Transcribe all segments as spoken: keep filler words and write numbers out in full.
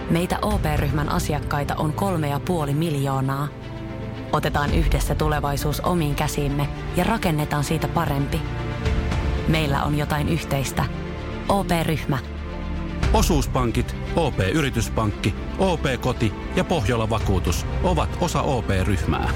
Meitä O P-ryhmän asiakkaita on kolme ja puoli miljoonaa. Otetaan yhdessä tulevaisuus omiin käsiimme ja rakennetaan siitä parempi. Meillä on jotain yhteistä. O P-ryhmä. Osuuspankit, O P-yrityspankki, O P-koti ja Pohjola-vakuutus ovat osa O P-ryhmää.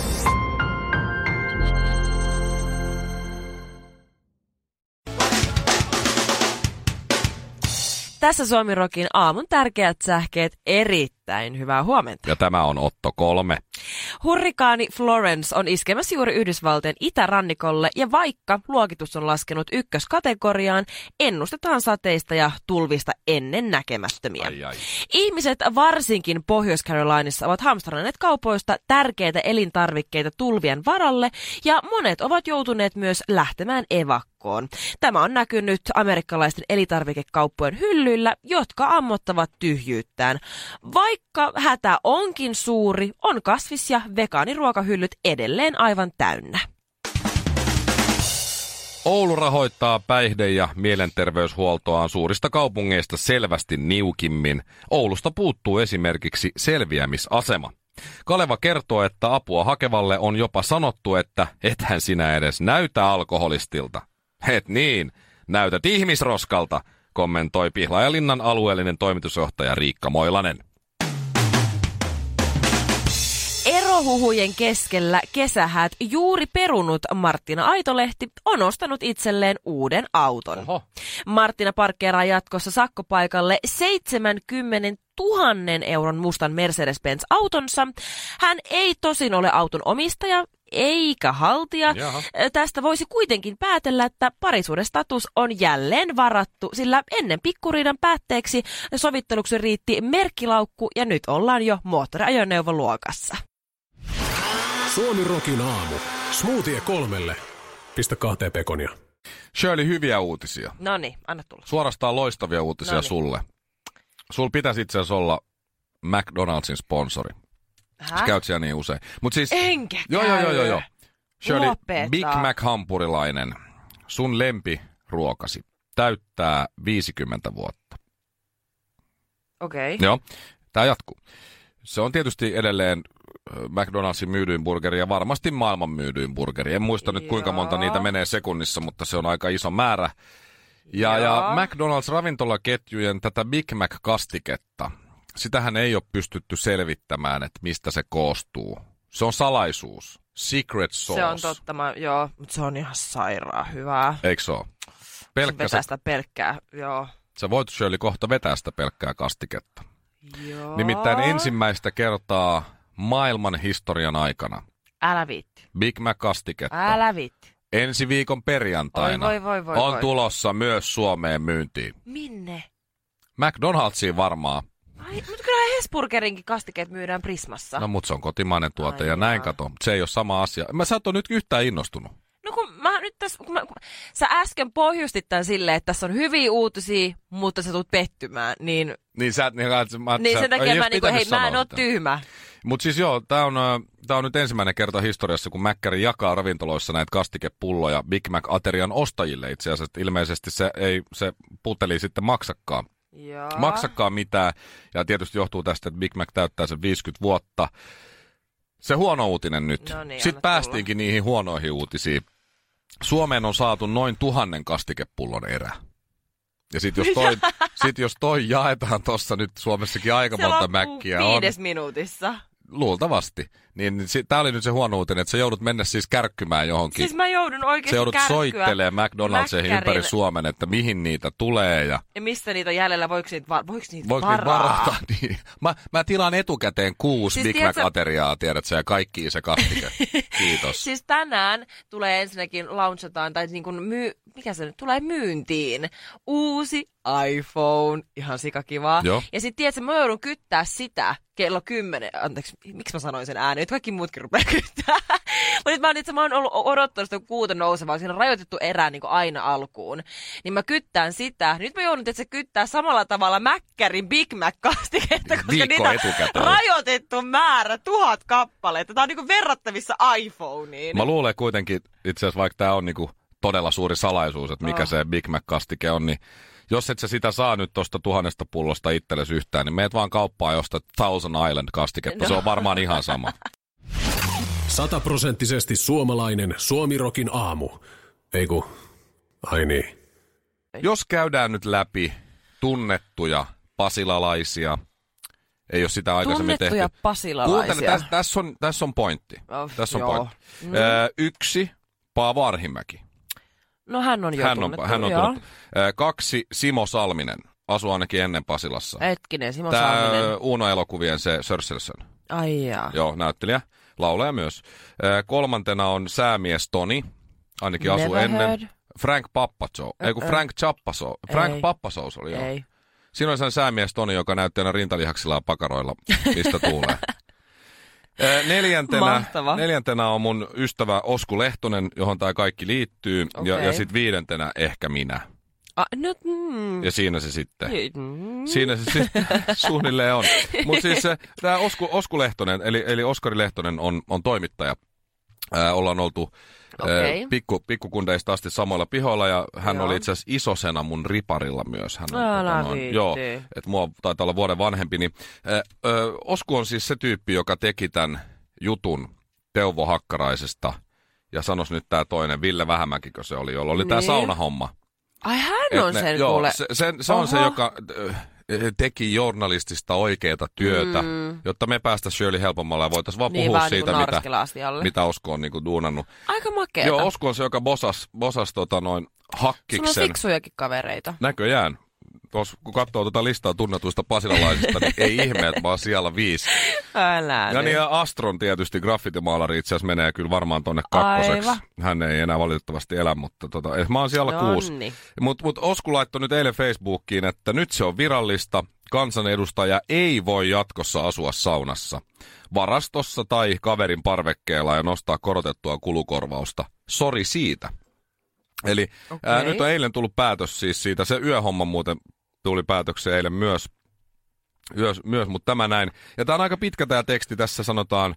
Tässä Suomi Rockin aamun tärkeät sähkeet, erittäin hyvää huomenta. Ja tämä on Otto kolme. Hurrikaani Florence on iskemässä juuri Yhdysvaltojen itärannikolle, ja vaikka luokitus on laskenut ykköskategoriaan, ennustetaan sateista ja tulvista ennen näkemättömiä. Ai, ai. Ihmiset varsinkin Pohjois-Carolinassa ovat hamstranneet kaupoista tärkeitä elintarvikkeita tulvien varalle, ja monet ovat joutuneet myös lähtemään evakkoon. Tämä on näkynyt amerikkalaisten elintarvikekauppojen hyllyillä, jotka ammottavat tyhjyyttään. Vaikka hätä onkin suuri, on kasvis- ja vegaaniruokahyllyt edelleen aivan täynnä. Oulu rahoittaa päihde- ja mielenterveyshuoltoaan suurista kaupungeista selvästi niukimmin. Oulusta puuttuu esimerkiksi selviämisasema. Kaleva kertoo, että apua hakevalle on jopa sanottu, että ethän sinä edes näytä alkoholistilta. Et niin, näytät ihmisroskalta, kommentoi Pihlajalinnan alueellinen toimitusjohtaja Riikka Moilanen. Erohuhujen keskellä kesähäät juuri perunut Marttina Aitolehti on ostanut itselleen uuden auton. Oho. Marttina parkkeeraa jatkossa sakkopaikalle seitsemänkymmentätuhatta euron mustan Mercedes-Benz-autonsa. Hän ei tosin ole auton omistaja eikä haltija. Jaha. Tästä voisi kuitenkin päätellä, että parisuuden status on jälleen varattu, sillä ennen pikkuriidan päätteeksi sovitteluksi riitti merkkilaukku ja nyt ollaan jo moottoriajoneuvoluokassa. Suomi Rockin aamu. Smoothie kolmelle. Pistä kahteen pekonia. Shirley, hyviä uutisia. Noniin, anna tulla. Suorastaan loistavia uutisia Noniin. sulle. Sul pitäisi itse asiassa olla McDonald'sin sponsori. Häh? Käyt siellä niin usein. Mut siis, Enkä joo, joo, joo, joo, joo. Shirley, Lopeta. Big Mac-hampurilainen, sun lempiruokasi, täyttää viisikymmentä vuotta. Okei. Okay. Joo, tää jatkuu. Se on tietysti edelleen McDonald'sin myydyin burgeri ja varmasti maailman myydyin burgeri. En muista nyt kuinka monta niitä menee sekunnissa, mutta se on aika iso määrä. Ja, ja McDonald's-ravintolaketjujen tätä Big Mac-kastiketta, sitähän ei ole pystytty selvittämään, että mistä se koostuu. Se on salaisuus. Secret sauce. Se on totta, mä, joo, mutta se on ihan sairaan hyvää. Eikö se ole? Pelkkä vetää se, sitä pelkkää, joo. sä voit, Shirley, kohta vetää sitä pelkkää kastiketta. Joo. Nimittäin ensimmäistä kertaa maailman historian aikana Älä viitti. Big Mac-kastiketta Älä viitti. ensi viikon perjantaina Oi, voi, voi, voi, on voi. tulossa myös Suomeen myyntiin. Minne? McDonald'siin varmaan. Ai, mutta kyllä Hesburgerinkin kastikeet myydään Prismassa. No mut se on kotimainen tuote Ai ja näin jaa. kato. Se ei ole sama asia. Mä sä et ole nyt yhtään innostunut. No kun mä nyt tässä, kun mä, kun sä äsken pohjustit tämän silleen, että tässä on hyviä uutisia, mutta sä tulet pettymään, niin, Niin sä et... Niin, mä, niin sä, sen takia ei mä olisi niinku, pitänyt hei mä en sanoa oo sitä. tyhmä. Mut siis joo, tää on, ö, tää on nyt ensimmäinen kerta historiassa, kun Mäkkäri jakaa ravintoloissa näitä kastikepulloja Big Mac-aterian ostajille itse asiassa. Ilmeisesti se ei, se puteli sitten maksakaan. Joo. Maksakaan mitään, ja tietysti johtuu tästä, että Big Mac täyttää sen viisikymmentä vuotta. Se huono uutinen nyt. No niin, Sitten anna päästiinkin niihin huonoihin uutisiin. Suomeen on saatu noin tuhannen kastikepullon erä. Ja sitten jos, toi, sit jos toi jaetaan tuossa nyt Suomessakin aika Se monta loppuu mäkkiä on. viides minuutissa. Luultavasti. Niin si- tää oli nyt se huono uutinen, että sä joudut mennä siis kärkkymään johonkin. Siis mä joudun oikeesti Sä joudut kärkkyä soittelemaan McDonald'seihin Mäkkärin- ympäri Suomen, että mihin niitä tulee ja Ja mistä niitä on jäljellä, voiko niitä, va- voiko niitä voiko niitä varaa? varata. Niin. Mä, mä tilaan etukäteen kuusi Siis Big tiedätkö- Mac-ateriaa, tiedät sä, ja kaikki se kastike. Kiitos. Siis tänään tulee ensinnäkin launchataan, tai niin kuin myy, mikä se nyt tulee myyntiin, uusi iPhone, ihan sikakivaa. Joo. Ja sit tiedätkö, mä joudun kyttää sitä kello kymmenen, anteeksi, miksi mä sanoin sen ääneen, että kaikki muutkin rupeaa kyttää. Mutta nyt mä oon, itse, mä oon ollut odottanut sitä kuuta nousevaa, siinä on rajoitettu erää niin kuin aina alkuun. Niin mä kyttään sitä. Nyt mä joudun, että se kyttää samalla tavalla Mäkkärin Big Mac-kastiketta, koska Viikko niitä on etukäteen. rajoitettu määrä, tuhat kappaletta. Tää on niin kuin verrattavissa iPhoneen. Mä luulen kuitenkin, itse asiassa vaikka tää on niinku todella suuri salaisuus, että mikä Oh. se Big Mac-kastike on, niin Jos et sä sitä saa nyt tuosta tuhannesta pullosta itsellesi yhtään, niin meet vaan kauppaan josta Thousand Island-kastiketta. No. Se on varmaan ihan sama. Sataprosenttisesti suomalainen Suomirokin aamu. Eiku, ai niin. Jos käydään nyt läpi tunnettuja pasilalaisia, ei ole sitä aikaisemmin tehty. Tunnettuja pasilalaisia. Kuuntele, tässä täs on, täs on pointti. Oh, tässä on joo. pointti. Mm. Ö, yksi, Paavo Arhimäki. No hän on jo hän tunnettu. on, hän on joo. tunnettu. Ö, kaksi, Simo Salminen. Asuu ainakin ennen Pasilassa. Hetkinen, Simo Tää Salminen. Uno-elokuvien se Sörselsen. Ai jaa. Joo, näyttelijä. Laulaja myös. Ö, kolmantena on säämies Toni. Ainakin asuu Never ennen. heard. Frank Pappasou. Ei kun Frank Chappasou. Frank Ei. Pappasous oli, joo. Ei. Siinä oli sellainen säämies Toni, joka näytti aina rintalihaksilla ja pakaroilla, mistä tuulee. Neljäntenä, Mahtava. neljäntenä on mun ystävä Osku Lehtonen, johon tämä kaikki liittyy. Okei. Ja, ja sitten viidentenä ehkä minä. A, no, mm. Ja siinä se sitten. Mm. Siinä se sitten suunnilleen on. Mutta siis tämä Osku, Osku Lehtonen, eli, eli Oskari Lehtonen on, on toimittaja. Ää, ollaan oltu Okay. pikku, pikkukundeista asti samoilla pihoilla ja hän Joo. oli itse asiassa isosena mun riparilla myös. Hän on, Älä tota, noin, viitti. joo, että mua taitaa olla vuoden vanhempi. Niin, ö, ö, Osku on siis se tyyppi, joka teki tämän jutun Teuvo Hakkaraisesta ja sanois nyt tämä toinen, Ville Vähämäkikö se oli, jolla oli niin. tämä saunahomma. Ai hän Et on ne, sen joo, kuule. Se, se, se on se, joka ö, teki journalistista oikeata työtä, mm. jotta me päästä Shirley helpommalla ja voitaisiin vaan niin, puhua vaan siitä, niin mitä, mitä Osku on niinku duunannut. Aika makeeta. Joo, Osku on se, joka bosas, bosas tota noin hakkiksen. Sulla on fiksujakin kavereita. Näköjään. Tuossa, kun katsoo tuota listaa tunnetuista pasilalaisista, niin ei ihme, että mä oon siellä viisi. Älä Ja niin ja Astron tietysti, graffitimaalari itse asiassa menee kyllä varmaan tonne kakkoseksi. Aivan. Hän ei enää valitettavasti elä, mutta tota, mä oon siellä Nonni. kuusi. Mutta mut Osku laittoi nyt eilen Facebookiin, että nyt se on virallista. Kansanedustaja ei voi jatkossa asua saunassa, varastossa tai kaverin parvekkeella ja nostaa korotettua kulukorvausta. Sori siitä. Eli okay. ää, nyt on eilen tullut päätös siis siitä. Se yöhomma muuten tuli päätökseen eilen myös, myös, myös mutta tämä näin. Ja tämä on aika pitkä tämä teksti. Tässä sanotaan,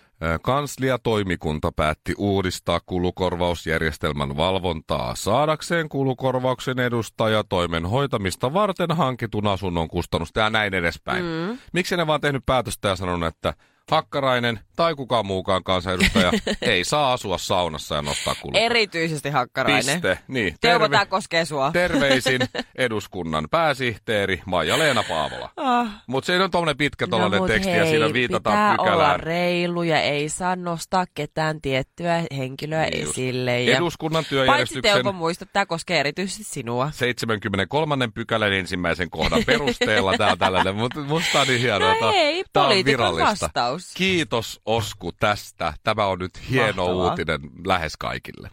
kansliatoimikunta päätti uudistaa kulukorvausjärjestelmän valvontaa saadakseen kulukorvauksen edustaja toimen hoitamista varten hankitun asunnon kustannusta ja näin edespäin. Mm. Miksi ne vaan tehnyt päätöstä ja sanonut, että Hakkarainen tai kukaan muukaan kansanedustaja ei saa asua saunassa ja nostaa kulukorvausta. Erityisesti Hakkarainen. Piste. Niin. Teuvo, tää koskee sua. Terveisin eduskunnan pääsihteeri Maija-Leena Paavola. Oh. Mutta se on tommonen pitkä tollainen no, teksti hei, ja siinä viitataan pitää pykälään. Pitää olla reilu ja ei saa nostaa ketään tiettyä henkilöä niin esille. Ja eduskunnan työjärjestyksen... Paitsi Teuvo muista, tämä koskee erityisesti sinua. seitsemänkymmentäkolme pykälän ensimmäisen kohdan perusteella tää on tällainen, mutta musta on niin hienoa. No hei, poliitikon vastaus. Kiitos Osku tästä. Tämä on nyt hieno Mahtavaa. Uutinen lähes kaikille.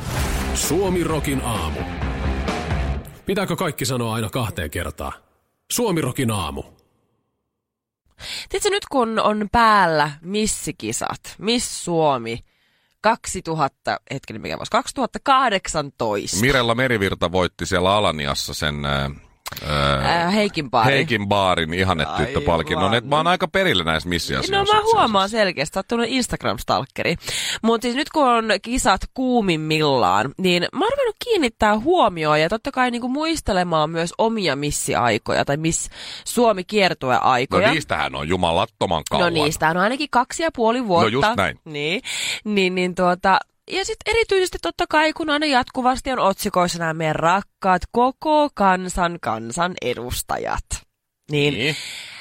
Suomirokin aamu. Pitääkö kaikki sanoa aina kahteen kertaan? Suomirokin aamu. Tiedätkö nyt kun on päällä missikisat, Miss Suomi kaksituhatta, hetkinen mikä vuosi, kaksituhattakahdeksantoista. Mirella Merivirta voitti siellä Alaniassa sen... Äh, Äh, Heikin baarin. Heikin baarin ihannetyttöpalkinnon. Mä oon aika perillä näissä missiasioissa. No mä huomaan selkeästi, että oot tullut Instagram-stalkeri. Mutta siis nyt kun on kisat kuumimmillaan, niin mä oon ruvennut kiinnittää huomioon ja totta kai niinku muistelemaan myös omia missiaikoja tai Miss Suomi kiertueaikoja. No niistähän on jumalattoman kauan. No niistähän on ainakin kaksi ja puoli vuotta. No just näin. Niin, niin, niin tuota... Ja sitten erityisesti totta kai, kun aina jatkuvasti on otsikoissa nämä meidän rakkaat koko kansan kansan edustajat. Niin, niin.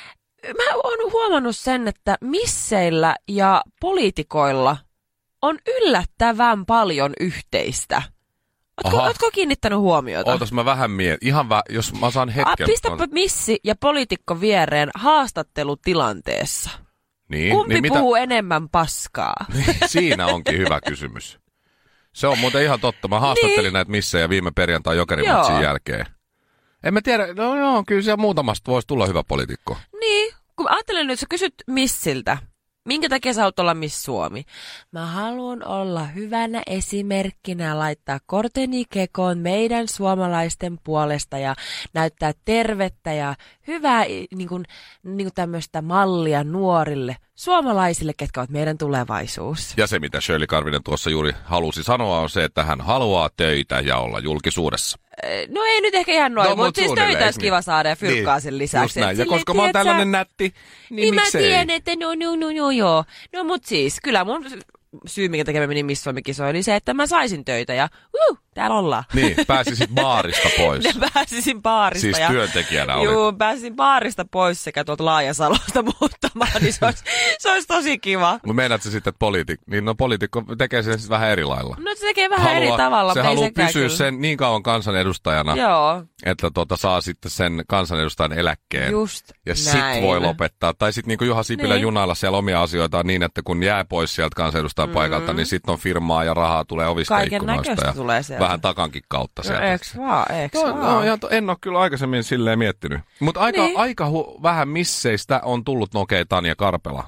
Mä oon huomannut sen, että misseillä ja poliitikoilla on yllättävän paljon yhteistä. Ootko, ootko kiinnittänyt huomiota? Ootas mä vähän mietin. Ihan vä, jos mä saan hetken. Pistäpä missi ja poliitikko viereen haastattelutilanteessa. Niin, Kumpi niin puhuu mitä... enemmän paskaa? Siinä onkin hyvä kysymys. Se on muuten ihan totta. Mä haastattelin niin. näitä missejä viime perjantai Jokerimatsin jälkeen. En mä tiedä, no joo, kyllä siellä muutamasta voisi tulla hyvä poliitikko. Niin, kun ajattelen nyt, sä kysyt missiltä, minkä takia sä haluat olla Miss Suomi? Mä haluan olla hyvänä esimerkkinä ja laittaa korteni kekoon meidän suomalaisten puolesta ja näyttää tervettä ja hyvää niin kuin, niin kuin tämmöistä mallia nuorille suomalaisille, ketkä ovat meidän tulevaisuus. Ja se, mitä Shirley Karvinen tuossa juuri halusi sanoa, on se, että hän haluaa töitä ja olla julkisuudessa. No ei nyt ehkä ihan noin, No, mutta mut siis suunnilleen, töitä olisi niin? kiva saada ja fyrkkaa Niin, sen lisäksi. just näin. Et Ja silleen, koska mä oon tiedät sä- tällainen nätti, niin, Niin mä miksei? tiedän, että no, no, no, no, joo. No mut siis, kyllä mun syy, minkä takia mä menin Miss Suomi-kisoihin, oli se, että mä saisin töitä ja uh, täällä ollaan. Niin, pääsisit baarista pois. Ja pääsisin baarista. Siis ja, työntekijänä olit. Juu, pääsisin baarista pois sekä tuolta Laajasalosta muuttamaan, niin se olisi, se olisi tosi kiva. Mutta meinaat sä sitten, että poliitik... Niin no poliitikko tekee sen sitten vähän eri lailla. No se tekee vähän eri tavalla. Se mutta ei haluaa sekään pysyä kyllä. sen niin kauan kansanedustajana, Joo, että tota, saa sitten sen kansanedustajan eläkkeen. just Ja näin. sit voi lopettaa. Tai sitten niin kuin Juha Sipilä Niin. junailla siellä omia asioitaan niin, että kun jää pois sieltä kansanedustajan mm. paikalta, niin sitten on firmaa ja rahaa tulee ovista Kaiken ikkunoista. näköistä Ja tulee sieltä. vähän takankin kautta sieltä. No eiks vaan, eiks No, vaan. no, ihan, to- en ole kyllä aikaisemmin silleen miettinyt. Mutta aika, Niin. aika hu- vähän misseistä on tullut, no okei, Tanja Karpela.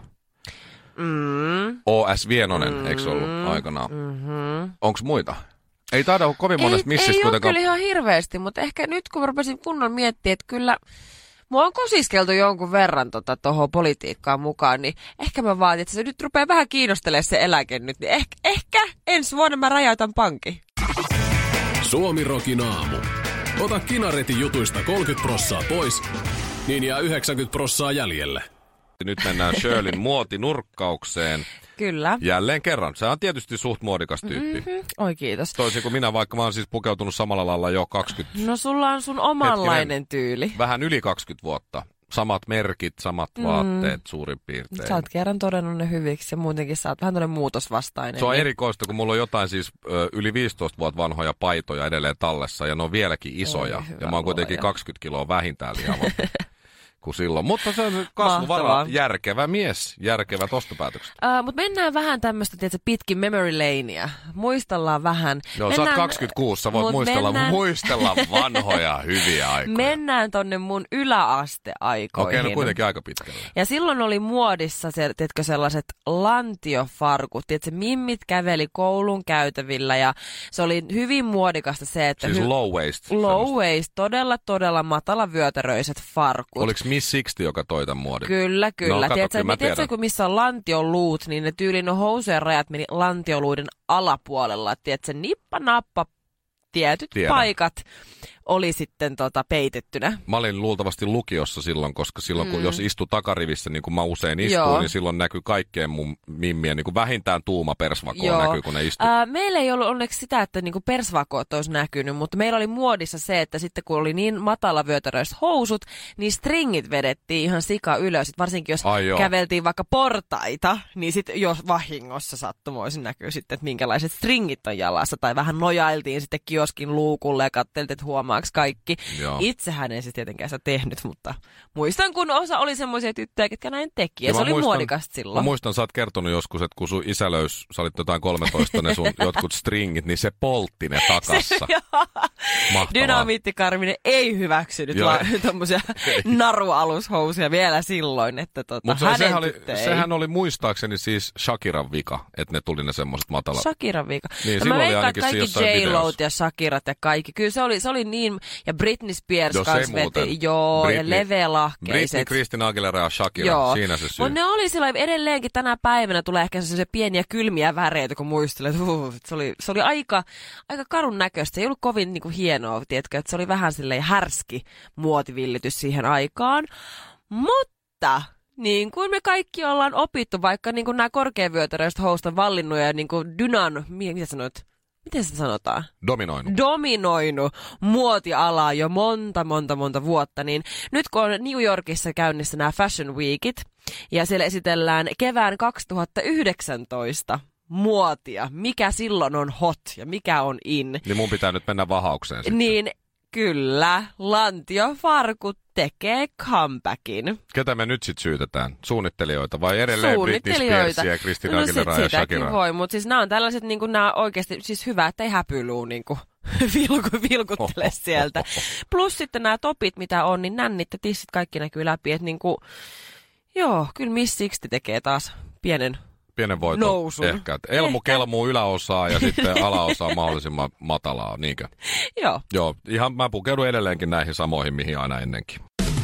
Mm. O S Vienonen, mm. eikö se ollut aikanaan? Mm-hmm. Onko muita? Ei taida olla kovin monesta Ei, missistä ei ole kuitenkaan. kyllä ihan hirveästi, mutta ehkä nyt kun mä rupesin kunnolla miettimään, että kyllä mua on kosiskeltu jonkun verran tuohon tota, politiikkaan mukaan, niin ehkä mä vaatin, että se nyt rupeaa vähän kiinnostelemaan se eläke nyt, niin ehkä, ehkä ensi vuonna mä räjäytän pankin. Suomi Rokin aamu. Ota Kinaretin jutuista kolmekymmentä prossaa pois, niin jää yhdeksänkymmentä prossaa jäljelle. Nyt mennään Shirleyn muotinurkkaukseen. Kyllä. Jälleen kerran. Se on tietysti suht muodikas tyyppi. Mm-hmm. Oi kiitos. Toisin kuin minä, vaikka mä oon siis pukeutunut samalla lailla jo kaksikymmentä, No sulla on sun omanlainen tyyli. vähän yli kaksikymmentä vuotta. Samat merkit, samat Mm. vaatteet suurin piirtein. Sä oot kerran todennut ne hyviksi ja muutenkin sä oot vähän toinen muutosvastainen. Se on niin- erikoista, kun mulla on jotain siis ö, yli viisitoista vuotta vanhoja paitoja edelleen tallessa ja ne on vieläkin isoja. Oi, hyvä ja mä oon kuitenkin luoja. kaksikymmentä kiloa vähintään lihava kuin silloin. Mutta se on kasvuvara, Mahtavaa. järkevä mies, järkevät ostopäätökset. Uh, mutta mennään vähän tämmöistä, tiedätkö, pitkin memory lanea. Muistellaan vähän. Joo, mennään, sä oot kaksikymmentäkuusi, sä voit mut muistella, mennään, muistella vanhoja hyviä aikoja. Mennään tonne mun yläasteaikoihin. Okei, no kuitenkin aika pitkälle. Ja silloin oli muodissa, se, tiedätkö, sellaiset lantiofarkut. Tiedätkö, mimmit käveli koulun käytävillä ja se oli hyvin muodikasta se, että... Siis low waist. Low semmoista. waist, todella, todella matalavyötäröiset farkut. Oliko Miss Sixty, joka toi tämän muodin? Kyllä, kyllä. No, kato, tiedätkö, kyllä mä tiedätkö, tiedän. kun missä on lantioluut, niin ne tyylin no housujen rajat meni lantioluiden alapuolella. Tiedätkö, nippa-nappa, tietyt Tiedän. paikat oli sitten tota peitettynä. Mä olin luultavasti lukiossa silloin, koska silloin kun Mm. jos istu takarivissä, niin kuin mä usein istuin, Joo. niin silloin näkyy kaikkeen mun mimmien, niin kuin vähintään tuuma persvakoon Joo. näkyy, kun ne istuu. Ää, meillä ei ollut onneksi sitä, että niinku persvakoot olisi näkynyt, mutta meillä oli muodissa se, että sitten kun oli niin matalavyötäröiset housut, niin stringit vedettiin ihan sika ylös. Sit varsinkin jos Ai joo. käveltiin vaikka portaita, niin sitten jos vahingossa sattumoisin näkyy sitten, että minkälaiset stringit on jalassa. Tai vähän nojailtiin sitten kioskin luukulle ja katseltiin, että huomaaks kaikki. Joo. Itsehän en siis tietenkään sitä tehnyt, mutta muistan, kun osa oli semmoisia tyttöjä, ketkä näin teki. Ja, Ja se mä oli muistan- muodikasta Mä silloin. muistan, sä oot kertonut joskus, että kun sun isä löys, sä olit jotain kolmetoista, ne sun jotkut stringit, niin se poltti ne takassa. Mahtavaa. Dynamiittikarminen ei hyväksynyt Joo. la- tommosia narualushousuja vielä silloin, että tota, Mutta hänen sehän, oli, tyttö ei. sehän oli muistaakseni siis Shakiran vika, että ne tuli ne semmoiset matalat. Shakiran vika. Niin, No silloin mä oli veikkaan, ainakin että se kaikki jossain J-Lot videossa. ja Shakirat ja kaikki. Kyllä se oli, se oli niin, ja Britney Spears Jos ei kanssa muuten. veti, joo, Britney- ja Britney, leveälahkeiset. Christina Aguilera ja Shakira, Joo. siinä se syy. Mutta ne oli sillä edelleenkin tänä päivänä tulee ehkä sellaisia pieniä kylmiä väreitä, kun muistelee, että uh, se oli, se oli aika, aika karun näköistä. Se ei ollut kovin niin kuin, hienoa, tiedätkö, että se oli vähän silleen härski muotivillitys siihen aikaan. Mutta niin kuin me kaikki ollaan opittu, vaikka niin kuin nämä korkeavyötäröiset housut on vallinnut ja niin kuin dynan, mitä sanoit? Miten se sanotaan? Dominoinut. Dominoinut muotialaa jo monta, monta, monta vuotta, niin nyt kun on New Yorkissa käynnissä nämä Fashion Weekit, ja siellä esitellään kevään kaksituhattayhdeksäntoista muotia, mikä silloin on hot ja mikä on in, Niin mun pitää nyt mennä vahaukseen sitten. niin kyllä, lantiofarkut tekee comebackin. Ketä me nyt sitten syytetään? Suunnittelijoita vai edelleen Britney Spearsia ja Christina no Aguilera sit ja sitäkin Shakira? voi, mutta siis nämä on tällaiset, niin kuin nämä oikeasti, siis hyvä, että ei häpyluu niin kuin vilku, vilkuttele sieltä. Plus sitten nämä topit, mitä on, niin nännit ja tissit kaikki näkyy läpi, että niin kuin, joo, kyllä Miss Sixty tekee taas pienen Pienen voiton nousun. ehkä. Et Elmu Ehkä. kelmuu yläosaa ja sitten alaosaa mahdollisimman matalaa, niinkö? Joo. Joo, ihan mä pukeudun edelleenkin näihin samoihin, mihin aina ennenkin.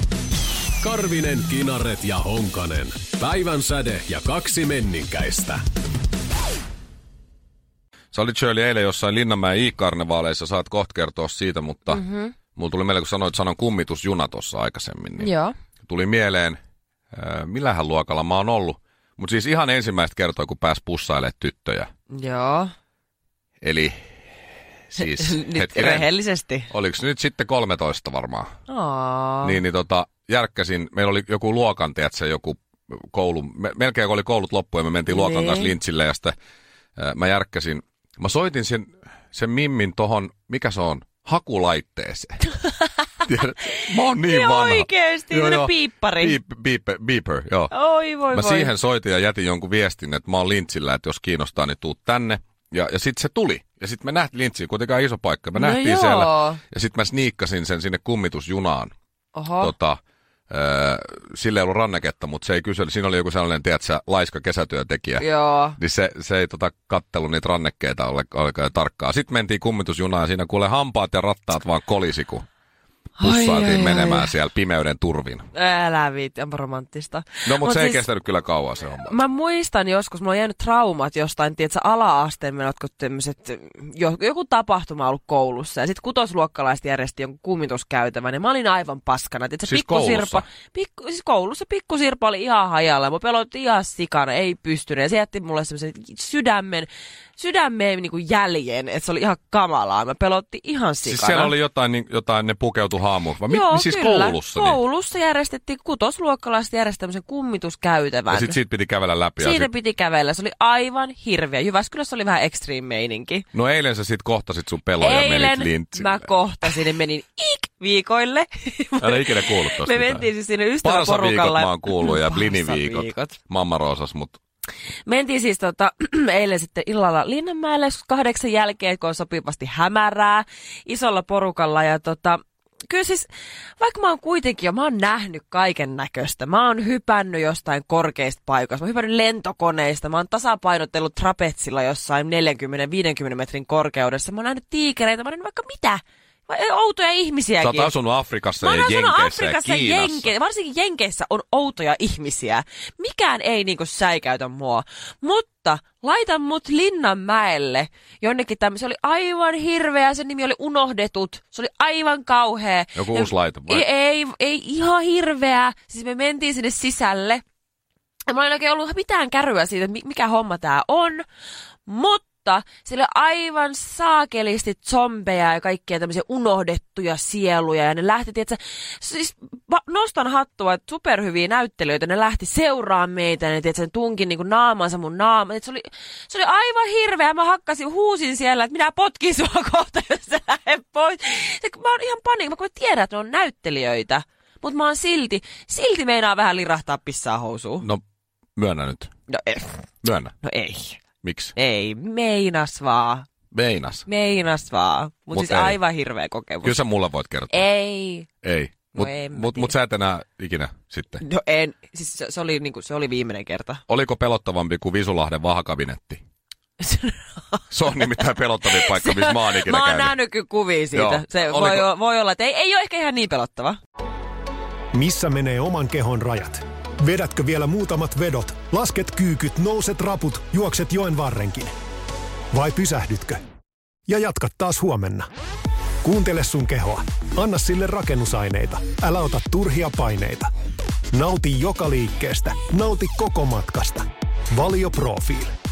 Karvinen, Kinaret ja Honkanen. Päivän säde ja kaksi menninkäistä. Sä olit Shirley eilen jossain Linnanmäen i-karnevaaleissa, saat kohta kertoa siitä, mutta mm-hmm. mulla tuli mieleen, kun sanoit sanon kummitusjuna tuossa aikaisemmin. Niin Joo. Tuli mieleen, äh, millähän luokalla mä oon ollut. Mutta siis ihan ensimmäistä kertoi, kun pääsi pussailemaan tyttöjä. Joo. Eli siis nyt hetkinen, rehellisesti. Oliko nyt sitten kolmetoista varmaan? Aa. Niin, niin tota, järkkäsin, meillä oli joku luokan, tiedätkö, joku koulu, me, melkein kun oli koulut loppu ja me mentiin luokan niin. kanssa lintsille ja sitten äh, mä järkkäsin, mä soitin sen, sen mimmin tohon, mikä se on, hakulaitteeseen. Tiedät, mä oon niin ja vanha. Oikeesti, joo, joo. Piippari. Beep, beep, beeper, joo. Oi voi Mä voi. siihen soitin ja jätin jonkun viestin, että mä oon lintsillä, että jos kiinnostaa, niin tuut tänne. Ja, ja sitten se tuli. Ja sitten me nähtiin lintsiin, kuitenkaan iso paikka. Me no nähtiin joo. siellä. Ja sitten mä sniikkasin sen sinne kummitusjunaan. Oho. Tota, äh, sillä ei ollut ranneketta, mutta se ei kysely. Siinä oli joku sellainen, tiedätkö, laiska kesätyöntekijä. Joo. Niin se, se ei tota, kattelu niitä rannekkeita ollenkaan tarkkaa. Sitten mentiin kummitusjunaan ja siinä kuule hampaat ja rattaat vaan kolisi, kun pussailtiin menemään ai. Siellä pimeyden turvin. Älä viitti, onpa romanttista. No, mutta Mut se siis, ei kestänyt kyllä kauan se homma. Mä muistan joskus, mulla on jäänyt traumat jostain, tiedätkö, ala-asteen menotko tämmöiset, joku tapahtuma on ollut koulussa. Ja sit kutosluokkalaiset järjesti jonkun kummituskäytävän, ja mä olin aivan paskana. Tiedätkö, siis pikkusirpa, koulussa? Pikku, siis koulussa pikkusirpa oli ihan hajalla, mä pelotti ihan sikana, ei pystynyt. Ja se jätti mulle semmoisen sydämen, sydämeen niin kuin jäljen, että se oli ihan kamalaa. Mä pelotti ihan sikana. Siis siellä oli jotain, niin, jotain ne pukeutu haamuun. Vai Joo, mi, siis kyllä. koulussa? Koulussa niin? Järjestettiin, kutosluokkalaiset järjestettiin tämmöisen kummituskäytävän. Ja sit siitä piti kävellä läpi. Siitä sit... piti kävellä. Se oli aivan hirveä. Jyväskylässä oli vähän extreme meininki. No eilen sä sit kohtasit sun pelon ja menit lintsille. Mä kohtasin ja menin ik viikoille. Älä ikinä kuullut tosta Me mitään. mentiin siis sinne ystäväporukalla. Parsaviikot mä oon kuullut ja bliniviikot. Mamma Roosas, mut... Mentiin siis tota, eilen sitten illalla Linnanmäelle kahdeksan jälkeen, kun on sopivasti hämärää isolla porukalla. Ja tota, kyllä siis, vaikka mä oon kuitenkin jo, mä oon nähnyt kaiken näköistä. Mä oon hypännyt jostain korkeista paikoista, mä oon hypännyt lentokoneista, mä oon tasapainotellut trapetsilla jossain neljäkymmentä viisikymmentä metrin korkeudessa. Mä oon nähnyt tiikereitä, mä oon nähnyt vaikka mitä. Outoja ihmisiäkin. Sä oot asunut Afrikassa ja Jenkeissä Afrikassa ja Kiinassa. Jenke, varsinkin Jenkeissä on outoja ihmisiä. Mikään ei niinku säikäytä mua. Mutta laitan mut Linnanmäelle jonnekin tämmöinen. Se oli aivan hirveä, sen nimi oli Unohdetut. Se oli aivan kauhea. Joku ja, uusi laite vai? Ei, ei, ei ihan hirveä. Siis me mentiin sinne sisälle. Ja mulla ei oikein ollut mitään kärryä siitä, mikä homma tää on. Mutta siellä oli aivan saakelisti zombeja ja kaikkia tämmöisiä unohdettuja sieluja. Ja ne lähti, tietsä, siis nostan hattua, että superhyviä näyttelijöitä, ne lähti seuraamaan meitä. Ne, tietsä, ne tunkin niin kuin naamansa mun naama. Se oli, se oli aivan hirveä. Mä hakkasin, huusin siellä, että minä potkin sua kohta, jos sä lähdet pois. Se, mä oon ihan panik, mä kun tiedän, että ne on näyttelijöitä. Mutta mä oon silti, silti meinaa vähän lirahtaa pissaa housuun. No, myönnä nyt. No ei. Myönnä. No ei. Miksi? Ei, meinas vaan. Meinas? Meinas vaan. Mutta Mut siis ei. aivan hirveä kokemus. Kyllä sä mulle voit kertoa. Ei. Ei. No Mut, en mä mut, tiedä. mut sä et enää ikinä sitten. No en. Siis se, se, oli, niinku, se oli viimeinen kerta. Oliko pelottavampi kuin Visulahden vahakabinetti? Se on nimittäin pelottavin paikka, missä mä oon ikinä Mä oon käynyt. nähnyt kyllä kuvia siitä. Joo. Se Oliko- voi, o- voi olla, että ei, ei ole ehkä ihan niin pelottava. Missä menee oman kehon rajat? Vedätkö vielä muutamat vedot, lasket kyykyt, nouset raput, juokset joen varrenkin? Vai pysähdytkö? Ja jatkat taas huomenna. Kuuntele sun kehoa. Anna sille rakennusaineita. Älä ota turhia paineita. Nauti joka liikkeestä. Nauti koko matkasta. Valio Profiil.